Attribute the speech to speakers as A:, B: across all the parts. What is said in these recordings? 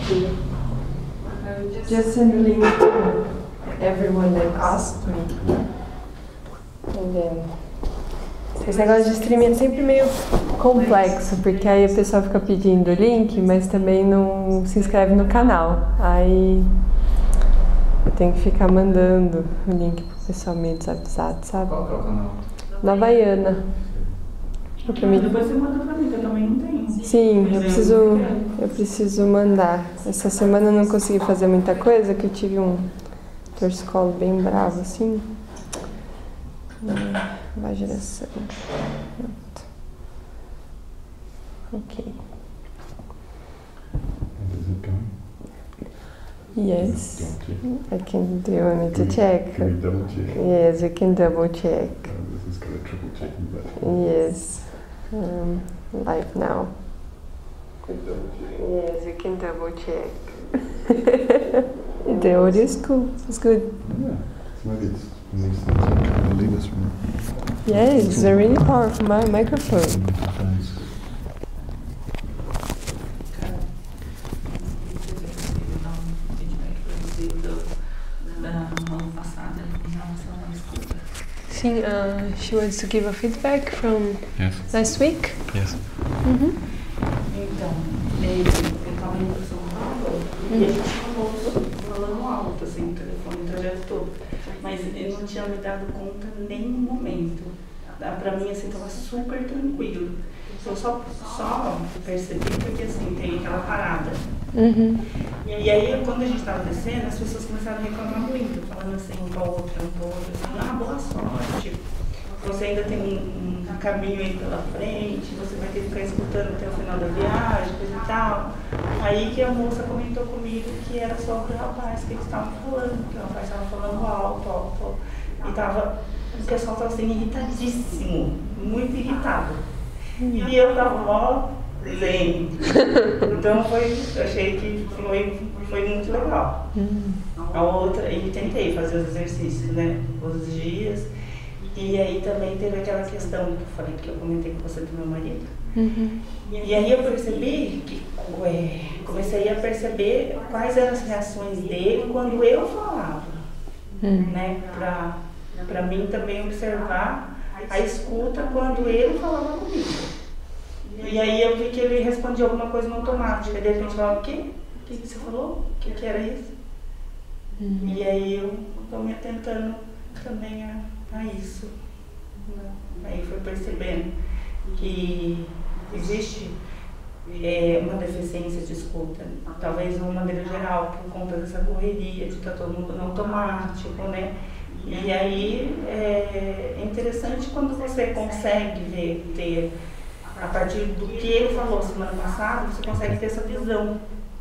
A: Just send a link to everyone that asked me. And then... Esse negócio de streaming é sempre meio complexo, porque aí o pessoal fica pedindo o link, mas também não se inscreve no canal. Aí eu tenho que ficar mandando o link pro pessoal meio desavisado, sabe?
B: Qual que é o canal?
A: Na Havaiana.
C: Depois você manda pra mim, que eu também não tenho.
A: Sim, eu preciso mandar. Essa semana eu não consegui fazer muita coisa, que eu tive um torcicolo bem bravo, assim. Vaginação. Pronto. Ok.
D: Is it going?
A: Yes.
D: Do
A: I can do. You want me to check?
D: Can we double check?
A: Yes, we can double check.
D: This is kind of triple checking, but
A: Yes. Live now.
D: can double check.
A: Yes, we can double check. The audio is cool. It's good.
D: Yeah. So maybe it's these things that kind of lead us from
A: Yeah, it's a really powerful microphone.
D: microphones. Sim, she wants to give a feedback from Yes.
A: last week.
D: Yes.
C: Então, eu tava indo pra São Paulo e a gente falando alto, assim, no telefone, o trajeto todo. Mas ele não tinha me dado conta em nenhum momento. Pra mim, assim, tava super tranquilo. Eu só percebi porque, assim, tem aquela parada. E aí, quando a gente tava descendo, as pessoas começaram a reclamar muito, falando assim, um para o outro, assim, boa sorte. Você ainda tem um caminho aí pela frente, você vai ter que ficar escutando até o final da viagem, coisa e tal. Aí que a moça comentou comigo que era sobre o rapaz que eles estavam falando, que o rapaz estava falando alto. E o pessoal estava assim, irritadíssimo, muito irritado. E eu estava mó zen. Então eu achei que foi muito legal. A outra, e tentei fazer os exercícios, né, os dias. E aí também teve aquela questão que eu falei, que eu comentei com você do meu marido. E aí eu percebi que comecei a perceber quais eram as reações dele quando eu falava, né? Pra mim também observar a escuta quando ele falava comigo. E aí eu vi que ele respondia alguma coisa no automático. E de repente falava, o quê? O que você falou? O que era isso? E aí eu tô me atentando também a isso. Aí fui percebendo que existe uma deficiência de escuta, talvez de uma maneira geral, por conta dessa correria, de estar todo mundo no automático, né? E aí é interessante quando você consegue ter, a partir do que ele falou semana passada, você consegue ter essa visão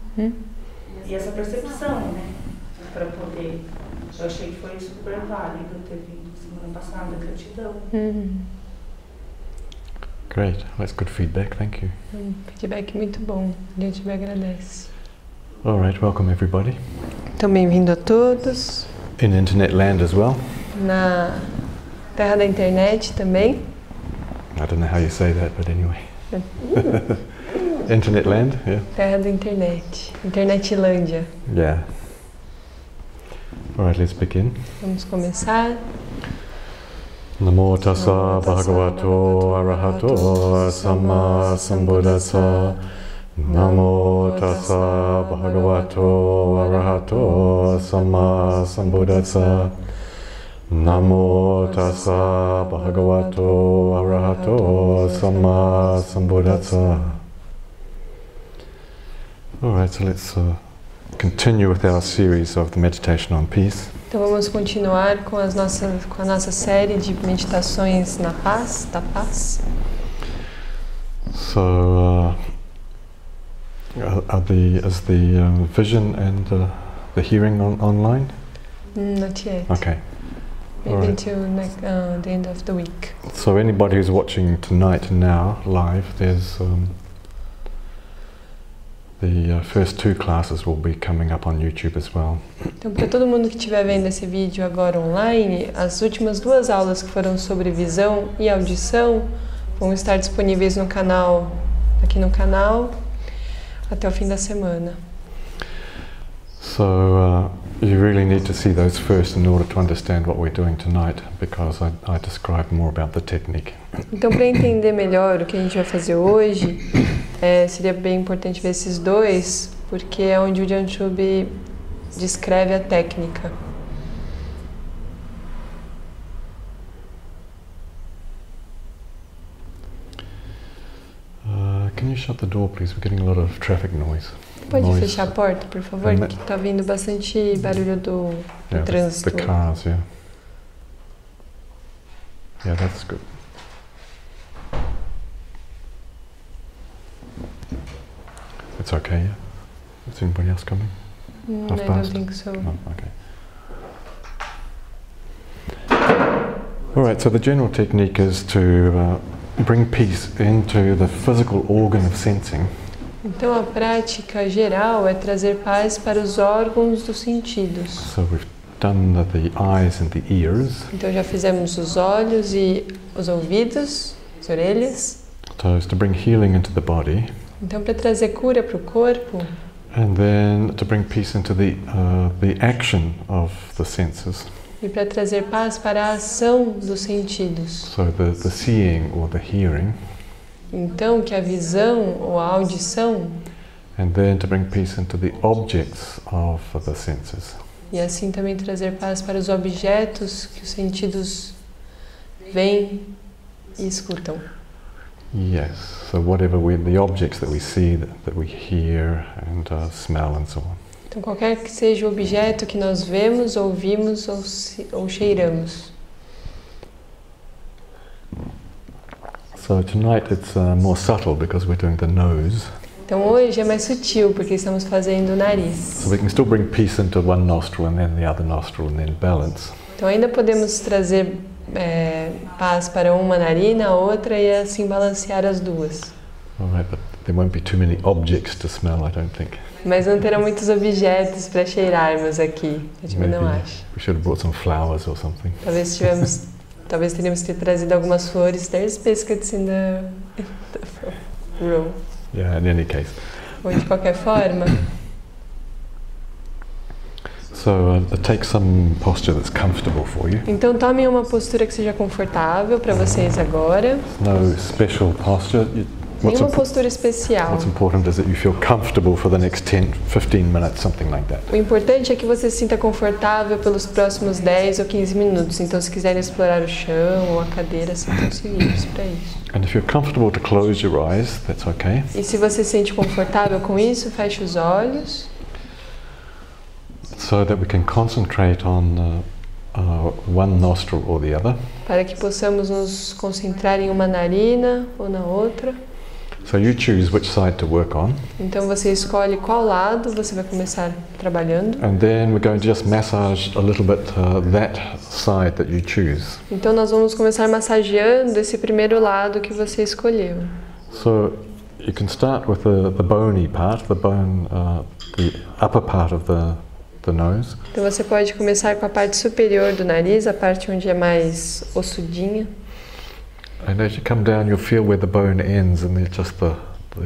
C: e essa percepção, né? Para poder. Eu achei que foi super válido ter vindo semana passada, gratidão.
D: Great, that's good feedback, thank you.
A: Feedback muito bom, a gente me agradece.
D: All right, welcome everybody.
A: Então, bem-vindo a todos.
D: In internet land as well.
A: Na terra da internet também.
D: I don't know how you say that, but anyway. Internet land, yeah.
A: Terra da internet. Internetlândia.
D: Yeah. All right, let's begin.
A: Vamos começar.
D: Namo tassa bhagavato arahato samma sambuddhassa. Namo tassa bhagavato arahato samma sambuddhassa. Namo tassa bhagavato arahato samma sambuddhassa. All right, so let's continue with our series of the meditation on peace.
A: Então vamos continuar com a nossa série de meditações na paz, da paz.
D: So, is the vision and the hearing online?
A: Not yet.
D: Okay.
A: Maybe
D: Alright.
A: till the end of the week.
D: So anybody who's watching tonight now live, there's the first two classes will be coming up on YouTube as well.
A: Então, para todo mundo que estiver vendo esse vídeo agora online, as últimas duas aulas que foram sobre visão e audição vão estar disponíveis no canal, aqui no canal, até o fim da semana.
D: So you really need to see those first in order to understand what we're doing tonight, because I describe more about the technique.
A: Então, para entender melhor o que a gente vai fazer hoje, seria bem importante ver esses dois, porque é onde o Dian Shubi descreve a técnica.
D: Can you shut the door, please? We're getting a lot of traffic noise.
A: Pode fechar a porta, por favor? Que está vindo bastante barulho do trânsito.
D: The cars, yeah. Yeah, that's good. It's okay, yeah? Is anybody else coming?
A: I don't think so.
D: No, okay. Alright, so the general technique is to bring peace into the physical organ of sensing.
A: Então a prática geral é trazer paz para os órgãos dos sentidos.
D: So we've done the eyes and the ears.
A: Então já fizemos os olhos e os ouvidos, as orelhas.
D: So it's to bring healing into the body.
A: Então para trazer cura para o corpo.
D: And then to bring peace into the action of the senses.
A: E para trazer paz para a ação dos sentidos.
D: So the seeing or the hearing.
A: Então, que a visão ou a audição.
D: And then to bring peace into the objects of the senses.
A: E assim também trazer paz para os objetos que os sentidos veem e escutam.
D: Yes, so whatever the objects that we see, that we hear and smell and so on.
A: Então, qualquer que seja o objeto que nós vemos, ouvimos ou cheiramos.
D: So tonight it's more subtle because we're doing the nose.
A: Então hoje é mais sutil porque estamos fazendo o nariz.
D: So we can still bring peace into one nostril and then the other nostril and then balance.
A: Então ainda podemos trazer paz para uma narina, a outra e assim balancear as duas.
D: Alright, but there won't be too many objects to smell, I don't think.
A: Mas não terão muitos objetos para cheirarmos aqui. Eu não acho.
D: We should have brought some flowers or something.
A: Talvez teríamos que ter trazido algumas flores. There's biscuits in the room.
D: Yeah, in any case.
A: Ou de qualquer forma.
D: So take some posture that's comfortable for you.
A: Então tomem uma postura que seja confortável para vocês agora.
D: No special posture.
A: Nenhuma postura especial.
D: What's important is that you feel comfortable for the next 10, 15 minutes, something like that.
A: O importante é que você se sinta confortável pelos próximos 10 ou 15 minutos. Então, se quiserem explorar o chão ou a cadeira, sintam-se livres para isso.
D: And if you're comfortable to close your eyes, that's okay.
A: E se você se sente confortável com isso, feche os olhos.
D: So that we can concentrate on one nostril or the other.
A: Para que possamos nos concentrar em uma narina ou na outra.
D: So you choose which side to work on.
A: Então você escolhe qual lado você vai começar trabalhando.
D: And then we're going to just massage a little bit that side that you choose.
A: Então nós vamos começar massageando esse primeiro lado que você escolheu.
D: So you can start with the bony part, the upper part of the nose.
A: Então você pode começar com a parte superior do nariz, a parte onde é mais ossudinha.
D: And as you come down, you'll feel where the bone ends, and there's just the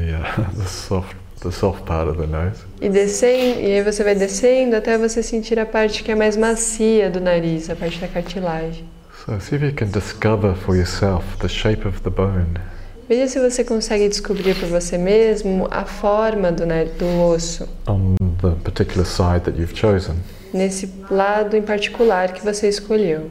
D: soft part of the nose.
A: E aí você vai descendo até você sentir a parte que é mais macia do nariz, a parte da cartilagem.
D: So see if you can discover for yourself the shape of the bone.
A: Veja se você consegue descobrir por você mesmo a forma do osso.
D: On the particular side that you've chosen.
A: Nesse lado em particular que você escolheu.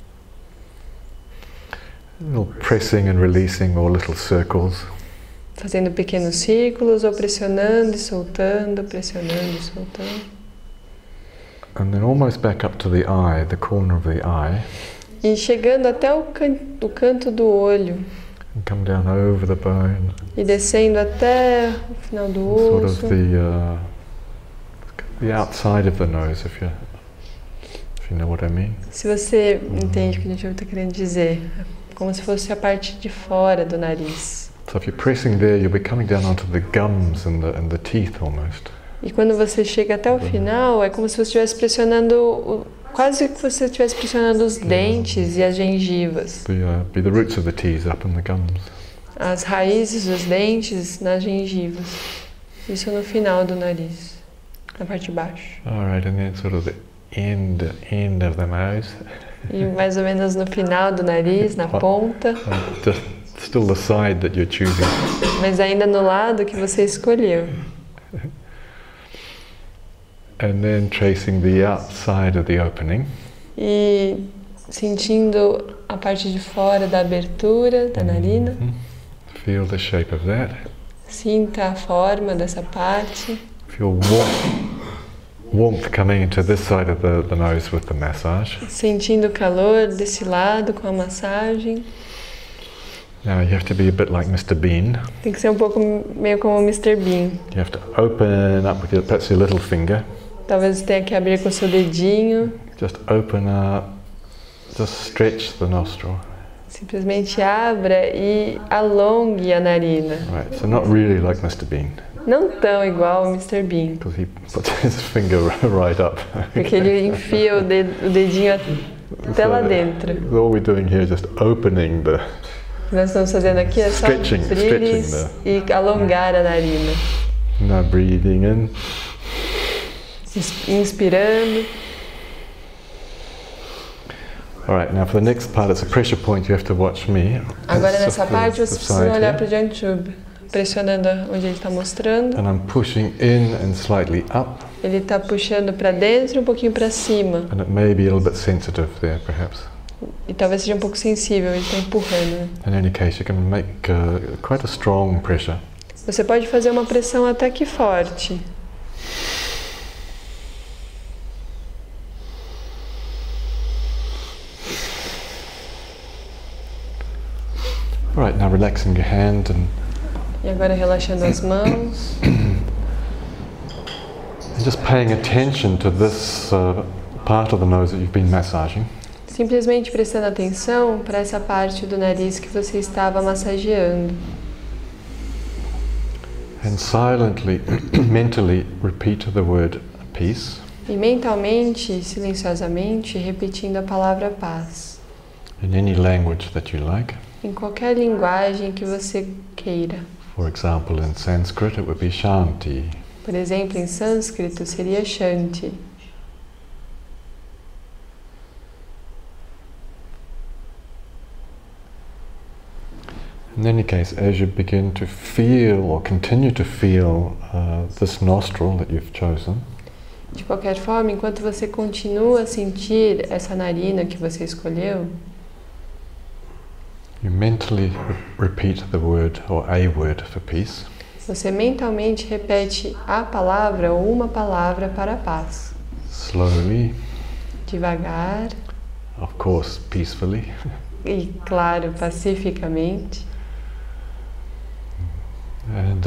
D: Little pressing and releasing, or little circles.
A: Fazendo pequenos círculos ou pressionando e soltando, pressionando e soltando.
D: And then almost back up to the eye, the corner of the eye.
A: E chegando até o canto do olho.
D: And come down over the bone.
A: E descendo até o final do osso.
D: Sort of the outside of the nose, if you know what I mean.
A: Se você entende o que a gente está querendo dizer, como se fosse a parte de fora do nariz.
D: So if you're pressing there, you'll be coming down onto the gums and the teeth almost.
A: E quando você chega até o final, é como se você estivesse pressionando, quase que você estivesse pressionando os dentes e as gengivas.
D: Be the roots of the teeth up in the gums.
A: As raízes dos dentes nas gengivas. Isso no final do nariz. na parte de baixo.
D: Alright, and then sort of the end of the nose.
A: E mais ou menos no final do nariz, na ponta.
D: Just still the side that you're choosing.
A: Mas ainda no lado que você escolheu.
D: And then tracing the outside of the opening.
A: E sentindo a parte de fora da abertura da narina.
D: Feel the shape of that.
A: Sinta a forma dessa parte.
D: Feel warmth coming into this side of the nose with the massage.
A: Sentindo o calor desse lado com a massagem.
D: Now you have to be a bit like Mr. Bean.
A: Tem que ser um pouco meio como o Mr. Bean.
D: You have to open up with perhaps your little finger.
A: Talvez você tenha que abrir com o seu dedinho.
D: Just open up, just stretch the nostril.
A: Simplesmente abra e alongue a narina.
D: Right, so not really like Mr. Bean.
A: Não tão igual ao Mr. Bean.
D: Because he puts his finger right up.
A: Porque ele enfia o dedinho até lá dentro.
D: All we're doing here is just opening the...
A: O que nós estamos fazendo aqui é só abrir e alongar a narina.
D: Now breathing in.
A: Inspirando.
D: Alright, now for the next part, it's a pressure point, you have to watch me.
A: Agora nessa parte você precisa olhar para o Jian Tube, pressionando onde ele está mostrando.
D: And I'm pushing in and slightly up.
A: Ele está puxando para dentro e um pouquinho para cima.
D: And it may be a little bit sensitive there, perhaps.
A: E talvez seja um pouco sensível, ele está empurrando.
D: In any case, you can make quite a strong pressure.
A: Você pode fazer uma pressão até que forte.
D: Alright, now relaxing your hand and...
A: E agora relaxando as mãos.
D: And just paying attention to this part of the nose that you've been massaging.
A: Simplesmente prestando atenção para essa parte do nariz que você estava massageando.
D: And silently, mentally repeat the word peace.
A: E mentalmente, silenciosamente, repetindo a palavra paz.
D: In any language that you like.
A: Em qualquer linguagem que você queira.
D: For example, in Sanskrit it would be Shanti.
A: Por exemplo, em sânscrito seria Shanti.
D: In any case, as you begin to feel or continue to feel this nostril that you've chosen,
A: de qualquer forma, enquanto você continua a sentir essa narina que você escolheu,
D: you mentally repeat the word or a word for peace.
A: Você mentalmente repete a palavra ou uma palavra para a paz.
D: Slowly.
A: Devagar.
D: Of course, peacefully.
A: E, claro, pacificamente.
D: And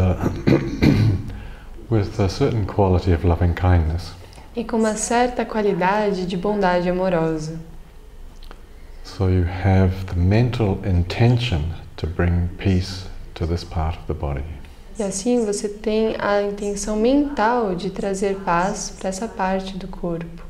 D: with a certain quality of loving kindness.
A: E com uma certa qualidade de bondade amorosa.
D: So you have the mental intention to bring peace to this part of the body.
A: E assim você tem a intenção mental de trazer paz para essa parte do corpo.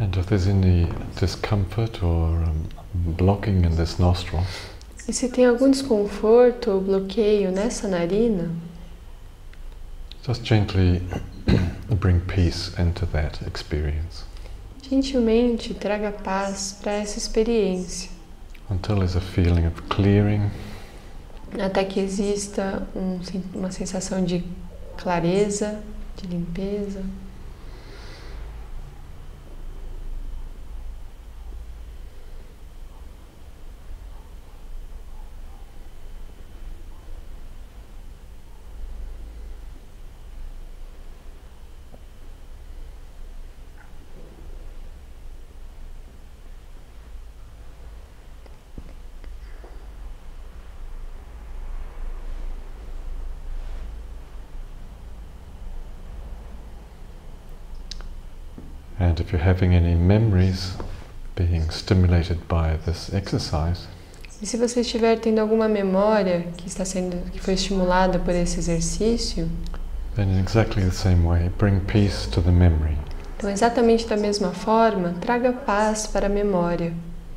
D: And if there's any discomfort or blocking in this nostril,
A: E se tem algum desconforto ou bloqueio nessa narina,
D: just gently bring peace into that experience
A: gentilmente traga paz para essa experiência,
D: until there's a feeling of clearing,
A: até que exista uma sensação de clareza, de limpeza.
D: and if you're having any memories being stimulated by this exercise,
A: E se você estiver tendo alguma memória que foi estimulada por esse exercício,
D: then in exactly the same way, bring peace to the memory.
A: então exatamente da mesma forma, traga paz para a memória.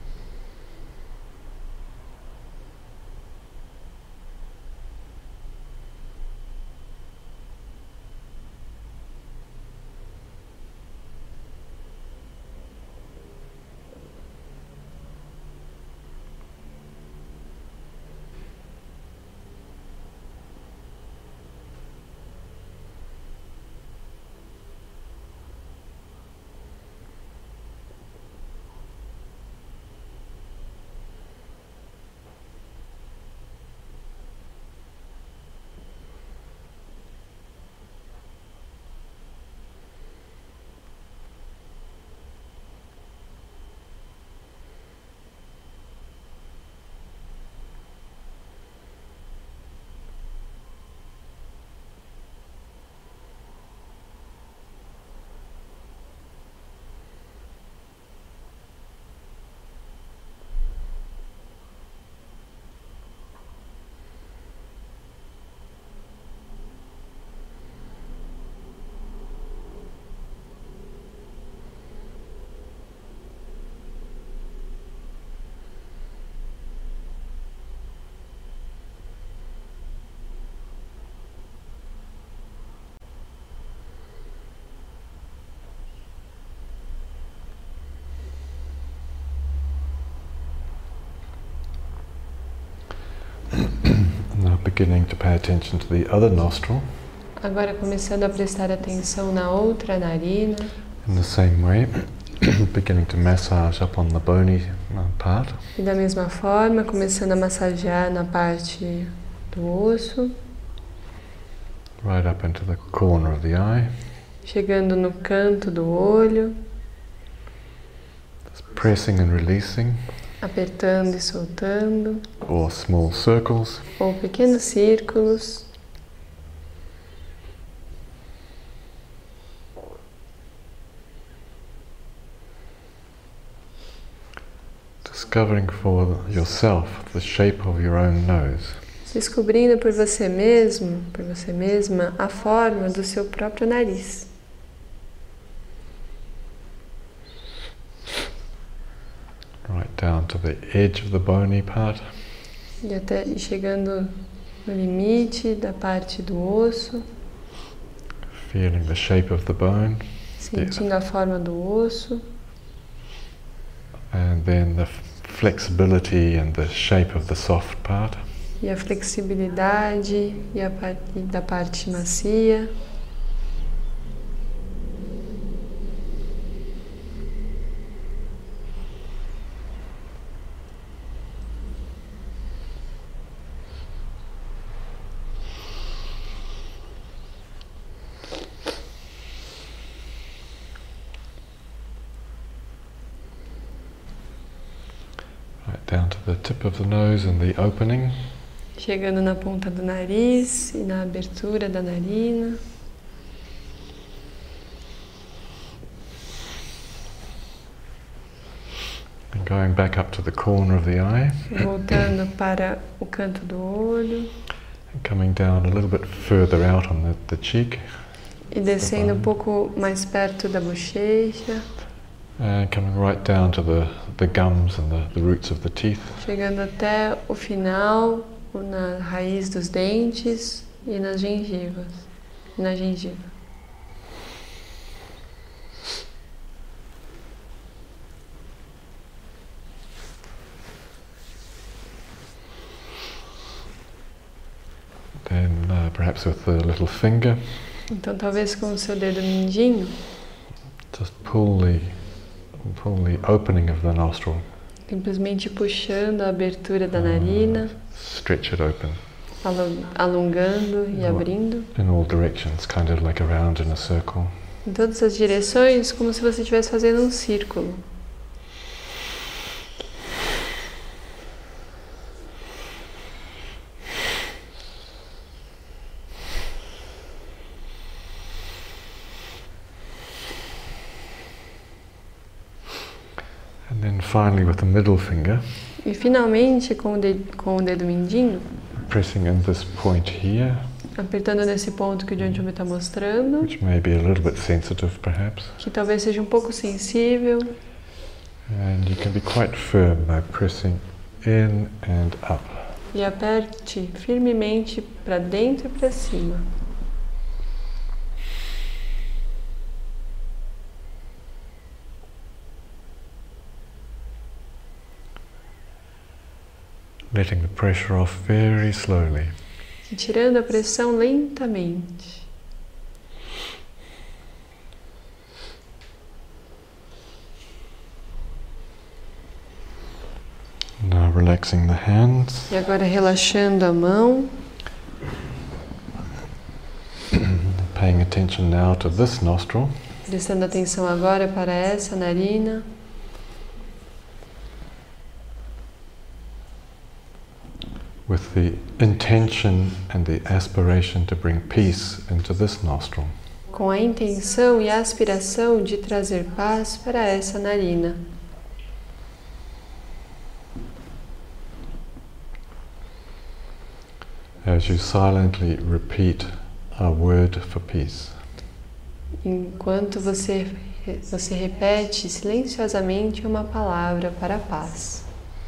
D: Now beginning to pay attention to the other nostril
A: Agora começando a prestar atenção na outra narina,
D: in the same way, beginning to massage up on the bony part.
A: e da mesma forma começando a massagear na parte do osso,
D: Right up into the corner of the eye,
A: chegando no canto do olho,
D: just pressing and releasing,
A: apertando e soltando,
D: or small circles.
A: ou pequenos círculos.
D: Discovering for yourself the shape of your own nose.
A: Descobrindo por você mesmo, por você mesma, a forma do seu próprio nariz.
D: Right down to the edge of the bony part.
A: E chegando no limite da parte do osso,
D: Feeling the shape of the bone.
A: sentindo a forma do osso.
D: And then the flexibility and the shape of the soft part.
A: E a flexibilidade da parte macia.
D: Right down to the tip of the nose and the opening.
A: Chegando na ponta do nariz e na abertura da narina.
D: And going back up to the corner of the eye.
A: Voltando para o canto do olho.
D: And coming down a little bit further out on the cheek.
A: E descendo um pouco mais perto da bochecha.
D: And coming right down to the gums and the roots of the teeth.
A: Chegando até o final, na raiz dos dentes e nas gengivas, na gengiva.
D: Then perhaps with the little finger.
A: Então talvez com o seu dedo mindinho,
D: Just pull the opening of the nostril.
A: simplesmente puxando a abertura da narina,
D: Stretch it open
A: alongando e abrindo
D: in all directions, kind of like around in a circle.
A: em todas as direções, como se você estivesse fazendo um círculo.
D: And then finally with the middle finger,
A: E finalmente, com o dedo mindinho,
D: pressing in this point here,
A: apertando nesse ponto que o John me está mostrando,
D: which may be a little bit sensitive perhaps.
A: que talvez seja um pouco sensível,
D: And you can be quite firm by pressing in and up.
A: e aperte firmemente para dentro e para cima.
D: Letting the pressure off very slowly.
A: E tirando a pressão lentamente.
D: Now relaxing the hands.
A: E agora relaxando a mão,
D: Paying attention now to this nostril.
A: prestando atenção agora para essa narina.
D: With the intention and the aspiration to bring peace into this nostril.
A: Com a intenção e a aspiração de trazer paz para essa narina.
D: As you silently repeat a word for peace.
A: Enquanto você repete silenciosamente uma palavra para a paz.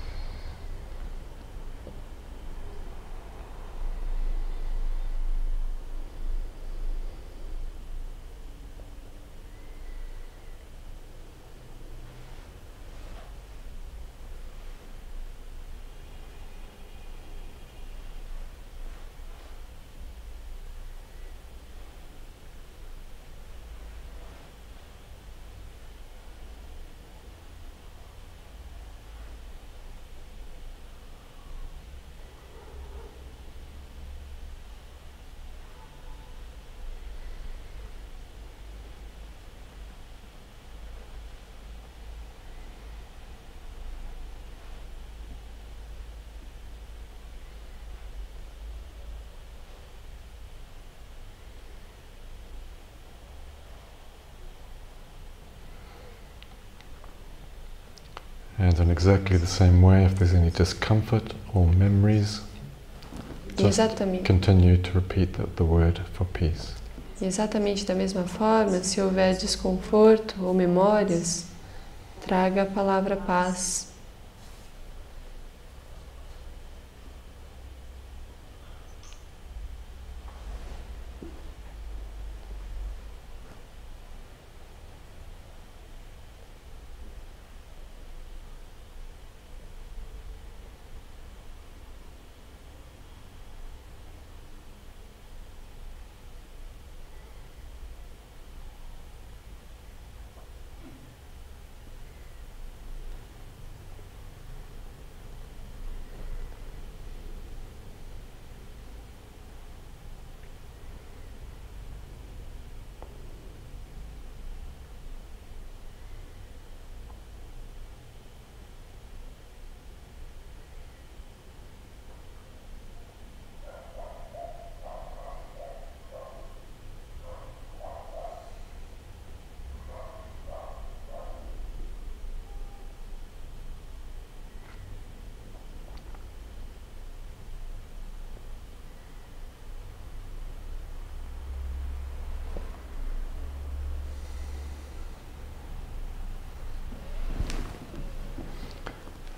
D: And in exactly the same way, if there's any discomfort or memories, just
A: Exatamente.
D: continue to repeat the word for peace.
A: Exatamente da mesma forma, se houver desconforto ou memórias, traga a palavra paz.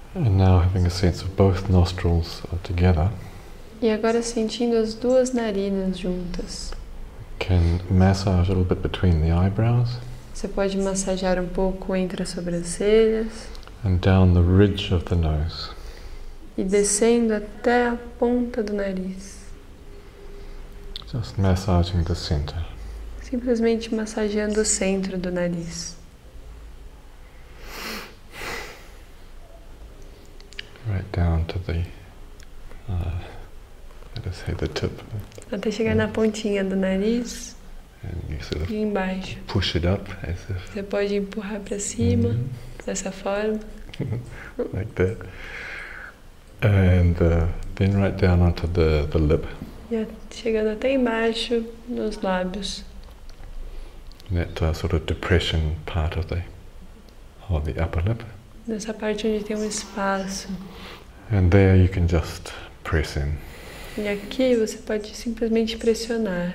D: And now having a sense of both nostrils together,
A: E agora sentindo as duas narinas juntas.
D: can massage a little bit between the eyebrows
A: Você pode massagear um pouco entre as sobrancelhas
D: and down the ridge of the nose.
A: e descendo até a ponta do nariz.
D: Just massaging the center.
A: Simplesmente massageando o centro do nariz.
D: Right down to the, let us say the tip.
A: Até chegar na pontinha do nariz
D: And you sort of
A: e embaixo.
D: push it up as if
A: Você pode empurrar para cima, dessa forma.
D: like that. And then right down onto the lip.
A: E chegando até embaixo nos lábios.
D: That sort of depression part of the upper lip.
A: Nessa parte onde tem um espaço.
D: And there you can just press in.
A: E aqui você pode simplesmente pressionar.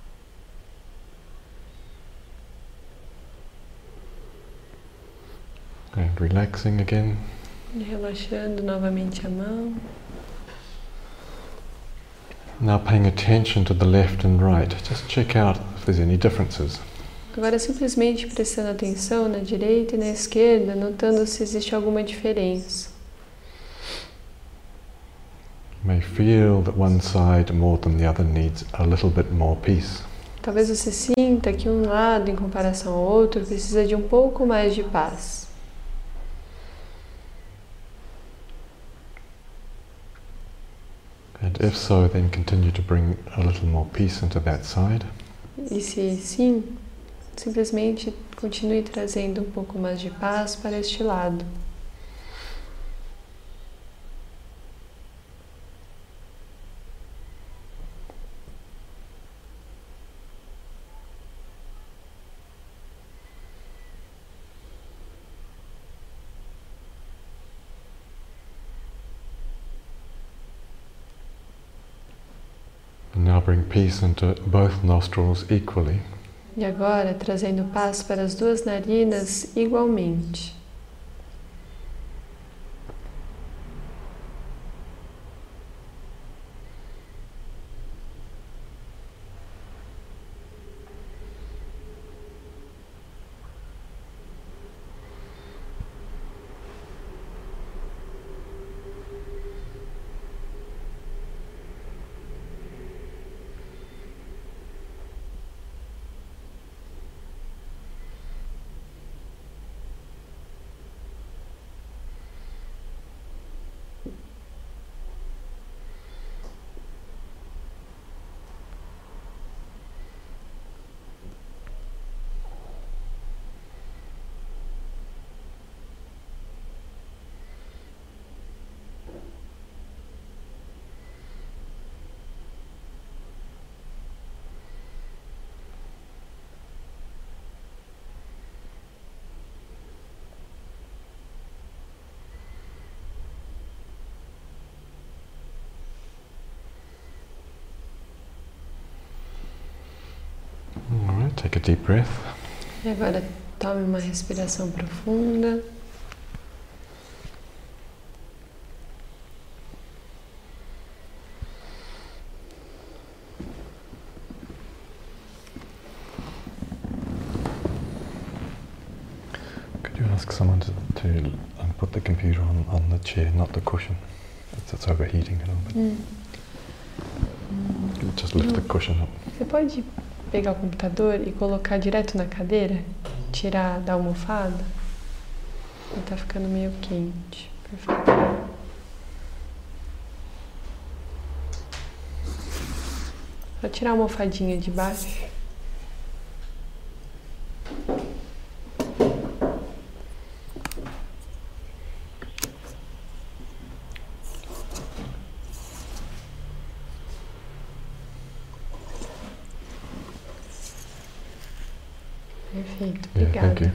D: And relaxing again.
A: E relaxando novamente a mão.
D: Now paying attention to the left and right. Just check out if there's any differences.
A: Agora simplesmente prestando atenção na direita e na esquerda, notando se existe alguma diferença.
D: You may feel that one side more than the other needs a little bit more peace.
A: Talvez você sinta que um lado, em comparação ao outro, precisa de um pouco mais de paz.
D: And if so, then continue to bring a little more peace into that side.
A: E se sim, simplesmente continue trazendo um pouco mais de paz para este lado.
D: And now bring peace into both nostrils equally.
A: E agora, trazendo paz para as duas narinas igualmente.
D: Alright, take a deep breath.
A: E agora, tome uma respiração profunda.
D: Could you ask someone to put the computer on the chair, not the cushion? It's overheating a little bit. Just lift the cushion up.
A: Você pode pegar o computador e colocar direto na cadeira? Tirar da almofada? Ele tá ficando meio quente. Perfeito. Só tirar a almofadinha de baixo. Perfeito,
D: Yeah,
A: obrigada.
D: thank you.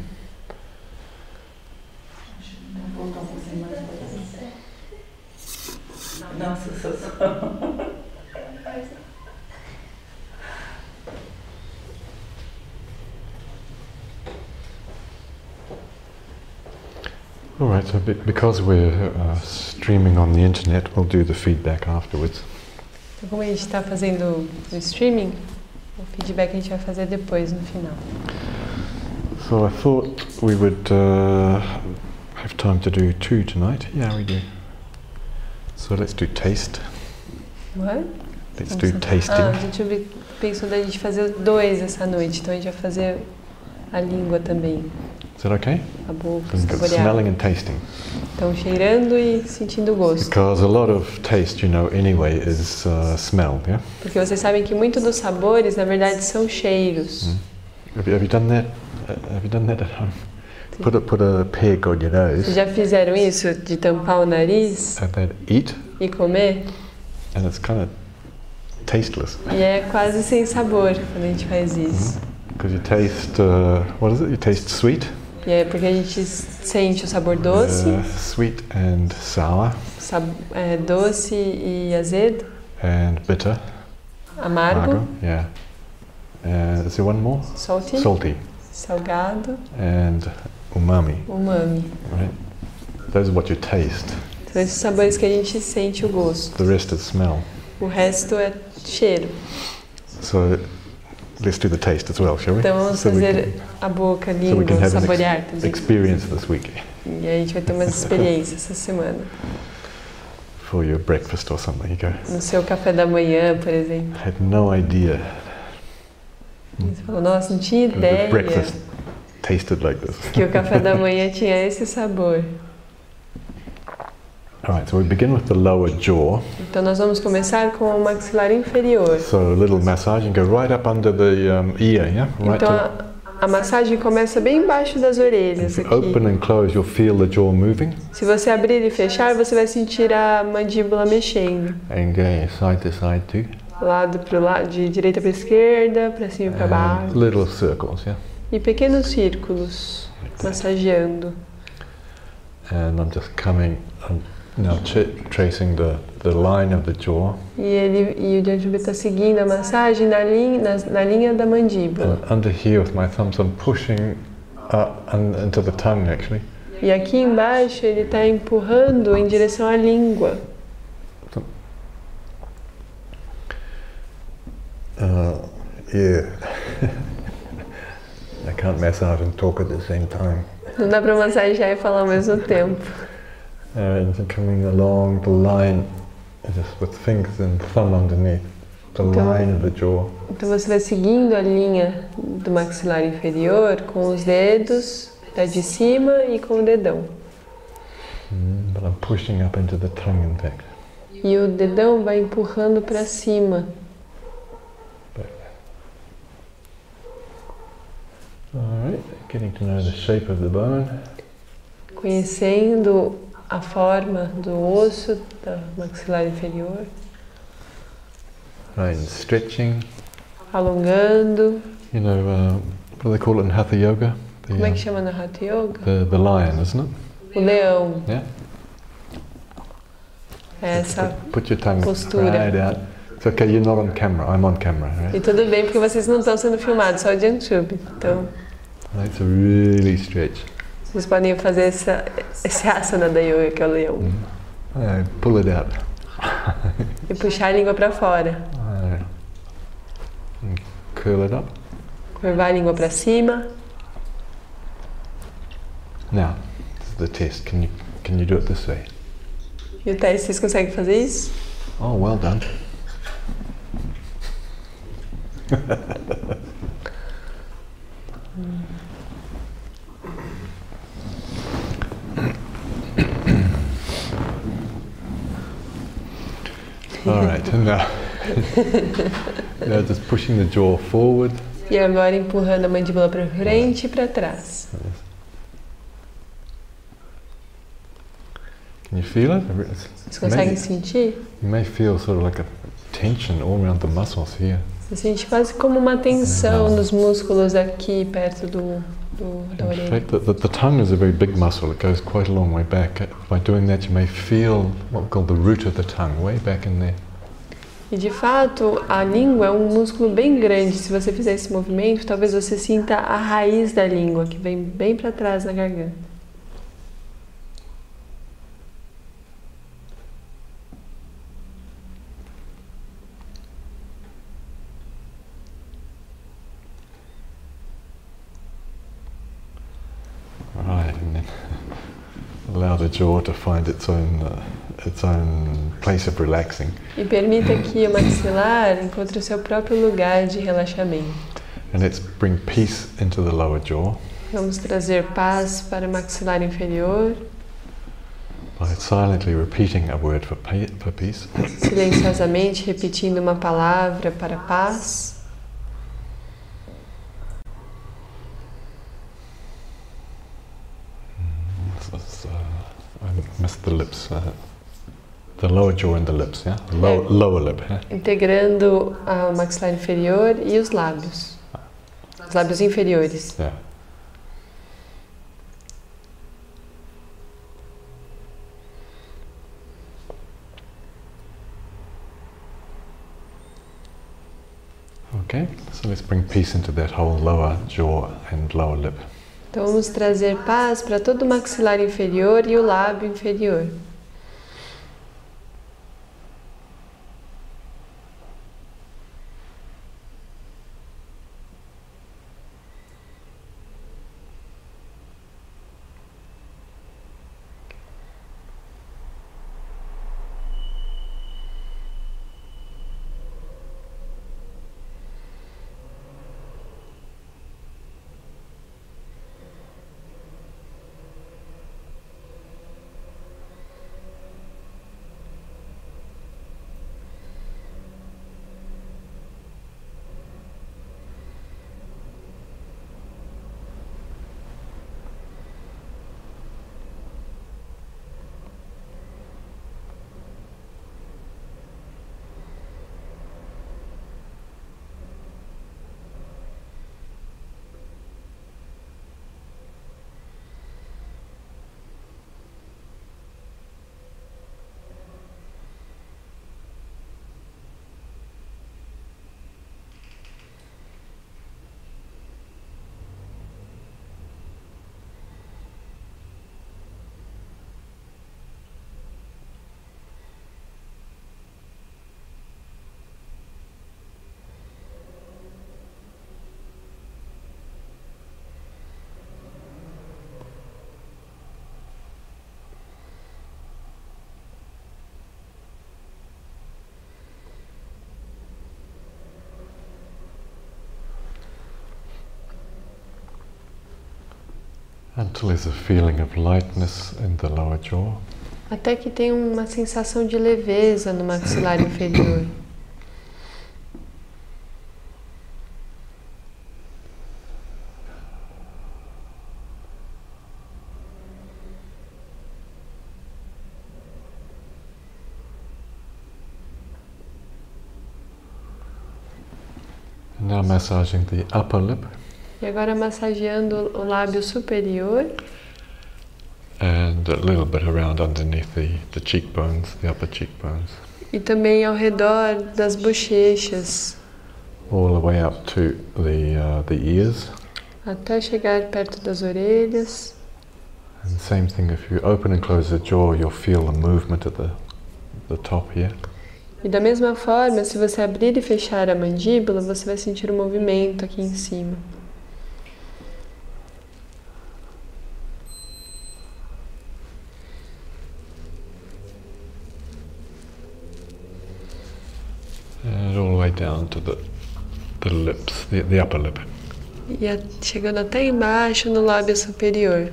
C: Nossa,
D: All right, so because we're streaming on the internet, we'll do the feedback afterwards.
A: Então, como a gente está fazendo o streaming, o feedback a gente vai fazer depois, no final.
D: So I thought we would have time to do 2 tonight. Yeah, we do. So let's do taste.
A: What?
D: Let's do tasting.
A: A gente pensou da gente fazer 2 essa noite, então a gente vai fazer a língua também.
D: Is that okay?
A: A boca,
D: So we've got
A: saborear.
D: smelling and tasting.
A: Então, cheirando e sentindo o gosto.
D: Because a lot of taste, you know, anyway, is smell, yeah?
A: Porque vocês sabem que muito dos sabores, na verdade, são cheiros.
D: Have you done that? Have you done that at home? Put a peg on your nose
A: Vocês já fizeram isso, de tampar o nariz
D: and then eat,
A: e comer?
D: and it's kind of tasteless.
A: E é quase sem sabor quando a gente faz isso.
D: Because you taste, what is it? You taste sweet,
A: E é porque a gente sente o sabor doce,
D: sweet and sour,
A: doce e azedo,
D: and bitter,
A: amargo,
D: yeah. Is there one more?
A: salty,
D: Salty,
A: salgado,
D: and umami,
A: umami.
D: right? Those are what you taste.
A: São esses sabores que a gente sente o gosto.
D: The rest is smell.
A: O resto é cheiro.
D: So let's do the taste as well, shall we?
A: Então vamos
D: So we
A: fazer a boca, a
D: can
A: língua,
D: have an
A: saborear também.
D: experience this week
A: E aí a gente vai ter umas experiências essa semana.
D: for your breakfast or something. You go,
A: No seu café da manhã, por exemplo.
D: I had no idea
A: Você falou, nossa, não tinha
D: that the
A: ideia
D: breakfast tasted like this.
A: que o café da manhã tinha esse sabor.
D: All right, so we begin with the lower jaw.
A: Então nós vamos começar com o maxilar inferior.
D: So a little massage and go right up under the ear, yeah? Right
A: Então a massagem começa bem embaixo das orelhas
D: if you open
A: aqui.
D: and close, you'll feel the jaw moving
A: Se você abrir e fechar, você vai sentir a mandíbula mexendo.
D: and going side to side too.
A: Lado para lado, de direita para esquerda, para cima e para
D: And
A: baixo.
D: little circles, yeah?
A: E pequenos círculos, massageando.
D: And I'm just coming, I'm now tracing the line of the jaw.
A: E o Janjubi está seguindo a massagem na linha da mandíbula.
D: And under here with my thumbs, I'm pushing up and into the tongue actually.
A: E aqui embaixo ele está empurrando em direção à língua.
D: Yeah. I can't massage and talk at the same time.
A: Não dá para massagear e falar ao mesmo tempo.
D: And coming along the line, just with fingers and thumb underneath the line of the jaw.
A: Então você vai seguindo a linha do maxilar inferior com os dedos da de cima e com o dedão.
D: But I'm pushing up into the tongue, in fact.
A: E o dedão vai empurrando para cima.
D: Alright, getting to know the shape of the bone.
A: Conhecendo a forma do osso da maxilar inferior.
D: Right, and stretching.
A: Alongando.
D: You know, what do they call it in Hatha Yoga?
A: Como é que chama na Hatha Yoga?
D: The lion, isn't it?
A: O leão.
D: Yeah?
A: É essa.
D: Put your tongue
A: postura.
D: right out. It's okay, you're not on camera, I'm on camera, right?
A: E tudo bem porque vocês não estão sendo filmados, só o Janjubi. Então,
D: Right, so really stretch.
A: vocês podem fazer esse asana da yoga que é o leão.
D: Pull it out.
A: E puxar a língua para fora.
D: And curl it up.
A: Curvar a língua para cima.
D: Now, this is the test. Can you do it this way?
A: E o teste, vocês conseguem fazer isso?
D: Oh, well done. All right, and now just pushing the jaw forward.
A: E agora empurrando a mandíbula para frente e para trás.
D: Can you feel it?
A: Vocês conseguem sentir?
D: You may feel sort of like a tension all around the muscles here.
A: Você sente quase como uma tensão nos músculos aqui perto da
D: In
A: orelha.
D: fact, the tongue is a very big muscle. It goes quite a long way back. By doing that, you may feel what we call the root of the tongue, way back in there.
A: E de fato, a língua é um músculo bem grande. Se você fizer esse movimento, talvez você sinta a raiz da língua, que vem bem para trás na garganta.
D: allow the jaw to find its own place of relaxing.
A: E permita que o maxilar encontre o seu próprio lugar de relaxamento.
D: And let's bring peace into the lower jaw.
A: Vamos trazer paz para o maxilar inferior.
D: By silently repeating a word for peace.
A: Silenciosamente repetindo uma palavra para paz.
D: I missed the lips. The lower jaw and the lips, yeah? Lower lip, yeah?
A: Integrando o maxilar inferior e os lábios. Os lábios inferiores.
D: Yeah. Okay, so let's bring peace into that whole lower jaw and lower lip.
A: Então vamos trazer paz para todo o maxilar inferior e o lábio inferior.
D: Until there's a feeling of lightness in the lower jaw.
A: Até que tem uma sensação de leveza no maxilar inferior.
D: Now massaging the upper lip.
A: E agora massageando o lábio superior.
D: And a little bit around underneath the cheekbones, the upper cheekbones.
A: E também ao redor das bochechas.
D: All the way up to the ears.
A: Até chegar perto das orelhas.
D: And same thing, if you open and close the jaw, you'll feel the movement at the top here.
A: E da mesma forma, se você abrir e fechar a mandíbula, você vai sentir o movimento aqui em cima.
D: And all the way down to the lips, the upper lip.
A: E chegando até embaixo no lábio superior.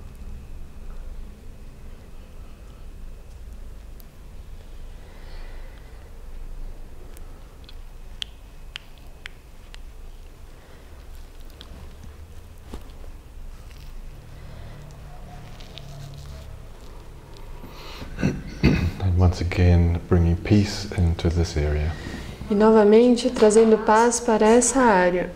D: And once again, bringing peace into this area.
A: E novamente trazendo paz para essa área.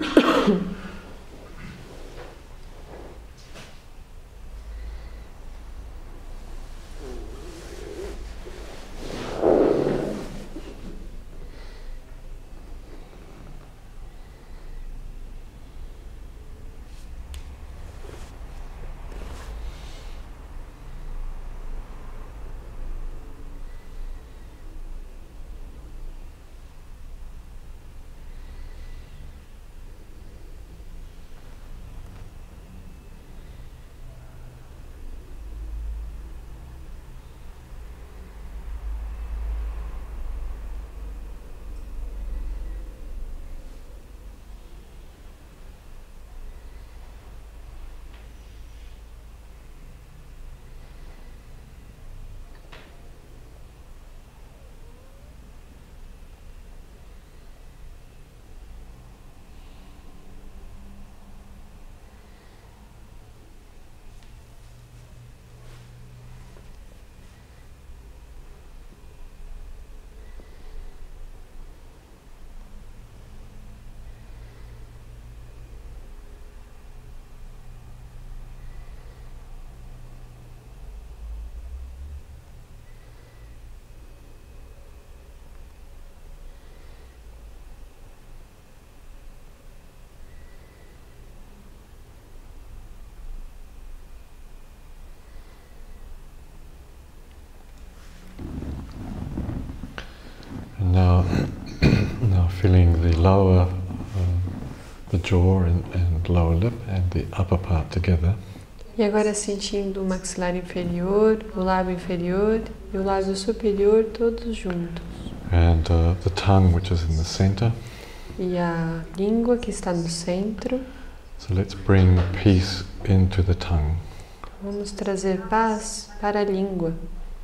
D: feeling the lower, the jaw and lower lip and the upper part together.
A: E agora sentindo o maxilar inferior, o lábio inferior e o lábio superior todos juntos.
D: And the tongue, which is in the center.
A: E a língua que está no centro.
D: So let's bring peace into the tongue.
A: Vamos trazer paz para a língua.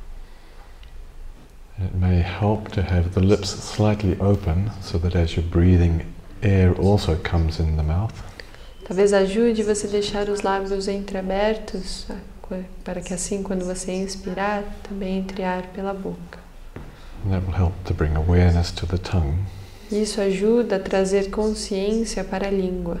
D: It may help to have the lips slightly open so that as you're breathing, air also comes in the mouth.
A: Talvez ajude você deixar os lábios entreabertos, para que assim, quando você inspirar, também entre ar pela boca.
D: And that will help to bring awareness to the tongue.
A: Isso ajuda a trazer consciência para a língua.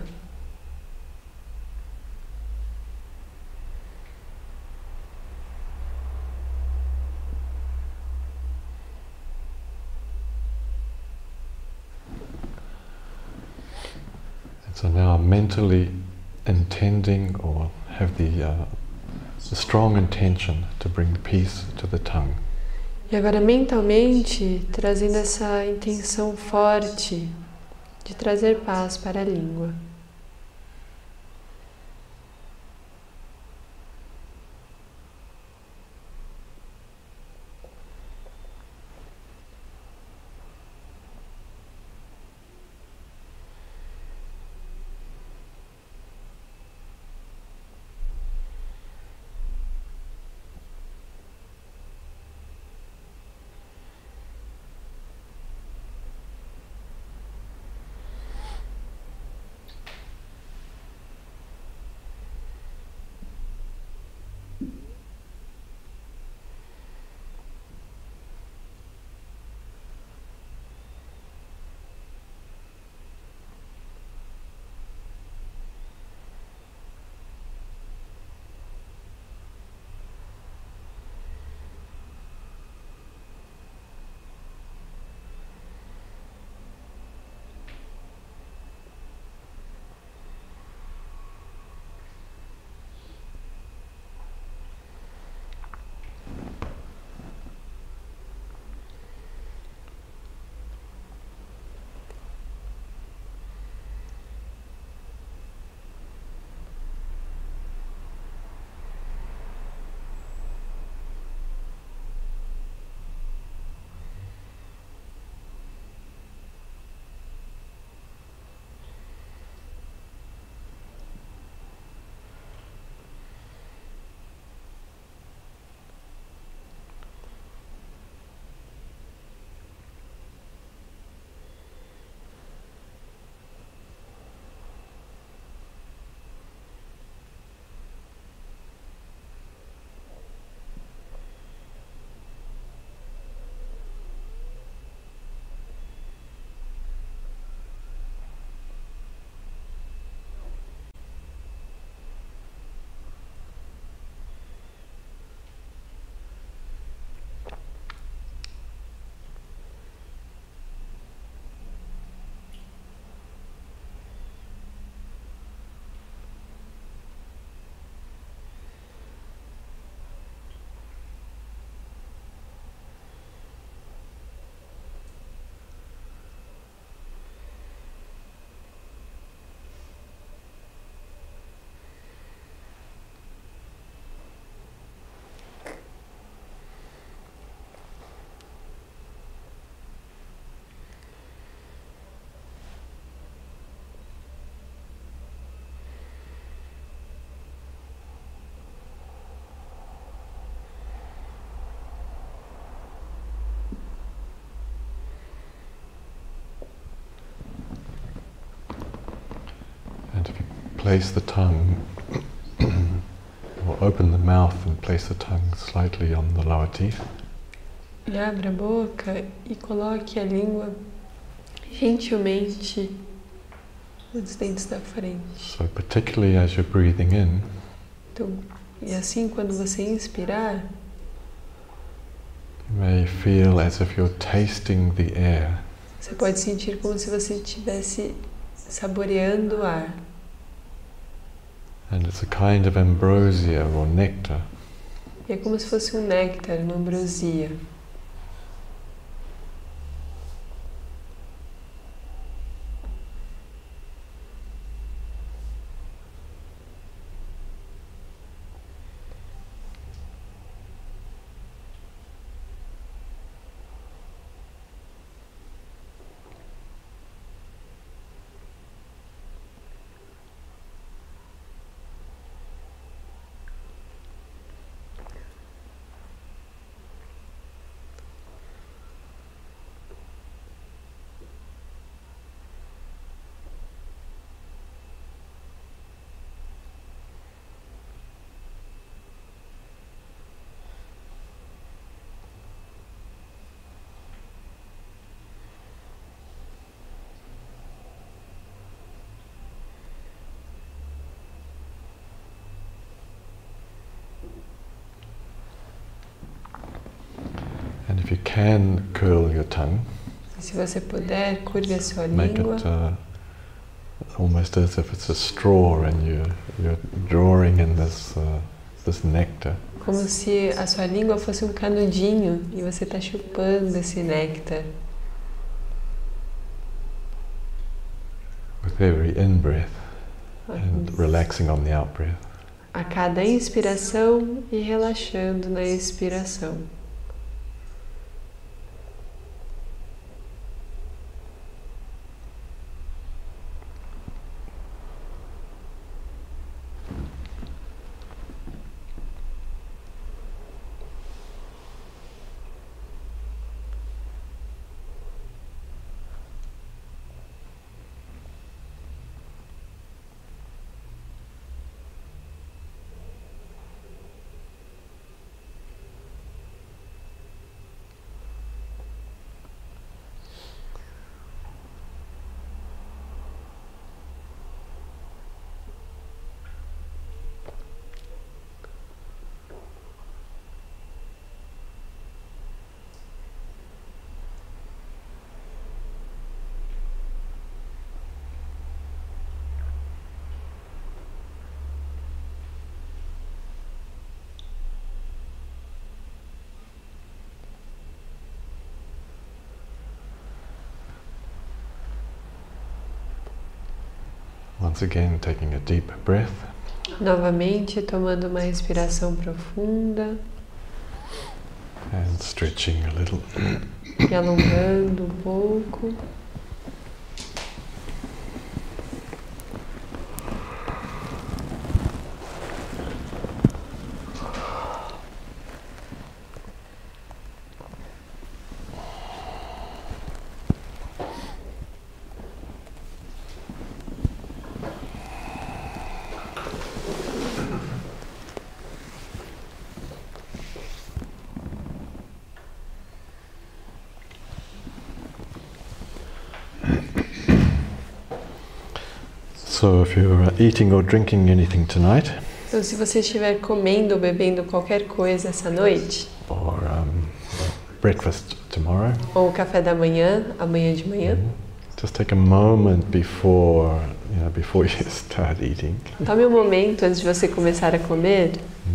D: So now mentally intending or have the strong intention to bring peace to the tongue.
A: E agora mentalmente trazendo essa intenção forte de trazer paz para a língua.
D: Place the tongue, or open the mouth and place the tongue slightly on the lower teeth.
A: E abra a boca e coloque a língua gentilmente nos dentes da frente.
D: So particularly as you're breathing in,
A: Então, e assim, quando você inspirar,
D: you may feel as if you're tasting the air.
A: você pode sentir como se você estivesse saboreando o ar.
D: And it's a kind of ambrosia or nectar.
A: E é como se fosse um néctar, uma ambrosia.
D: If you can curl your tongue,
A: Se você puder, curve a sua
D: make
A: língua.
D: it almost as if it's a straw and you're drawing in this nectar.
A: Como se a sua língua fosse um canudinho e você está chupando esse néctar.
D: With every in-breath and relaxing on the out-breath.
A: A cada inspiração e relaxando na expiração.
D: Once again, taking a deep breath.
A: Novamente, tomando uma respiração profunda
D: And stretching a little.
A: e alongando um pouco.
D: So if you're eating or drinking anything tonight,
A: Então, se você estiver comendo ou bebendo qualquer coisa essa noite,
D: or breakfast tomorrow,
A: ou café da manhã, amanhã de manhã,
D: just take a moment before you start eating.
A: tome um momento antes de você começar a comer,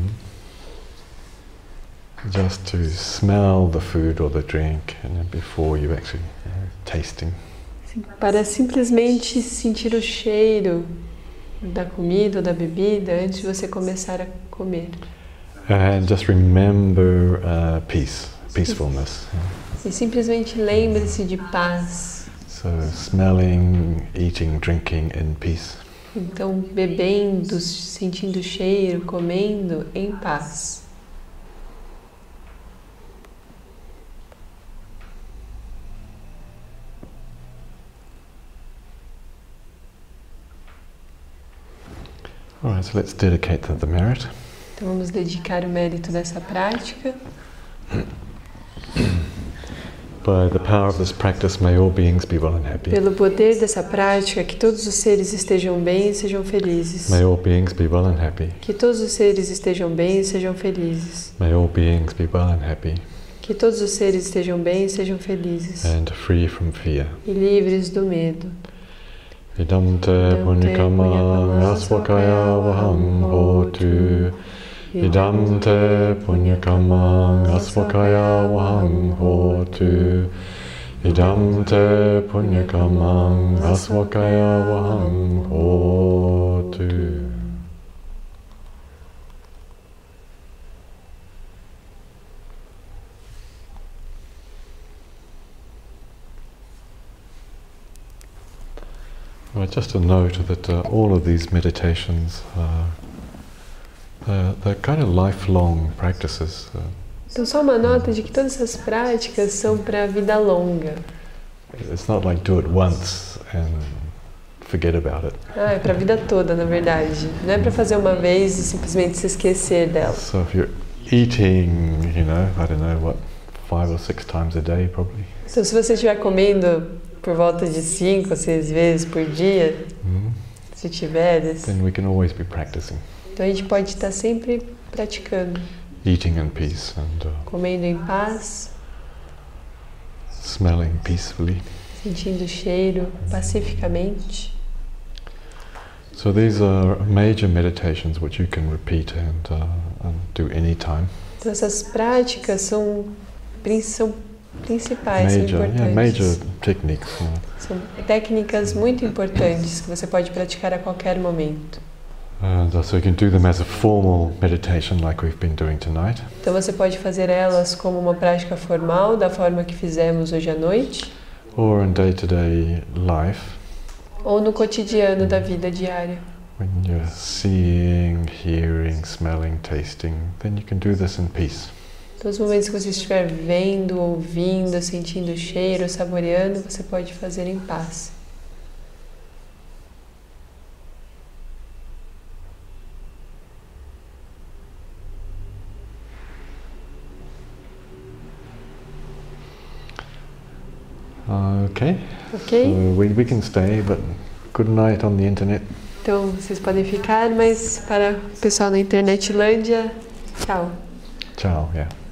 D: Just to smell the food or the drink, before you actually tasting.
A: para simplesmente sentir o cheiro da comida ou da bebida antes de você começar a comer.
D: And just remember peacefulness.
A: E simplesmente lembre-se de paz.
D: So smelling, eating, drinking in peace.
A: Então, bebendo, sentindo o cheiro, comendo em paz.
D: Alright, so let's dedicate the merit.
A: Então, vamos dedicar o mérito dessa prática.
D: By the power of this practice, may all beings be well and happy.
A: Pelo poder dessa prática, que todos os seres estejam bem e sejam felizes.
D: May all beings be well and happy.
A: Que todos os seres estejam bem e sejam felizes.
D: May all beings be well and happy.
A: Que todos os seres estejam bem e sejam felizes.
D: And free from fear.
A: E livres do medo.
D: Idam te punyakama asvakaya vaham hotu. Idam te punyakama asvakaya vaham hotu. Idam te punyakama asvakaya vaham hotu. Well, just a note that all of these meditations they're kind of lifelong practices.
A: Então, só uma nota de que todas essas práticas são para a vida longa.
D: It's not like do it once and forget about it.
A: É para a vida toda, na verdade. Não é para fazer uma vez e simplesmente se esquecer dela.
D: So if you're eating, I don't know what, 5 or 6 times a day probably.
A: Então, se você estiver comendo por volta de 5 ou 6 vezes por dia, se tiveres,
D: then we can always be practicing.
A: Então a gente pode estar sempre praticando.
D: Eating in peace and
A: comendo em paz
D: smelling peacefully.
A: Sentindo o cheiro pacificamente.
D: So these are major meditations which you can repeat and do anytime.
A: Então essas práticas são principais, são importantes.
D: Major techniques.
A: São técnicas muito importantes que você pode praticar a qualquer momento.
D: So you can do them as a formal meditation like we've been doing tonight.
A: Então você pode fazer elas como uma prática formal, da forma que fizemos hoje à noite.
D: Or in day-to-day life.
A: Ou no cotidiano da vida diária.
D: When you're seeing, hearing, smelling, tasting, then you can do this in peace.
A: Todos os momentos que você estiver vendo, ouvindo, sentindo o cheiro, saboreando, você pode fazer em paz.
D: Okay.
A: Ok?
D: So we can stay, but good night on the internet.
A: Então vocês podem ficar, mas para o pessoal na Internetlândia, tchau.
D: Ciao, yeah.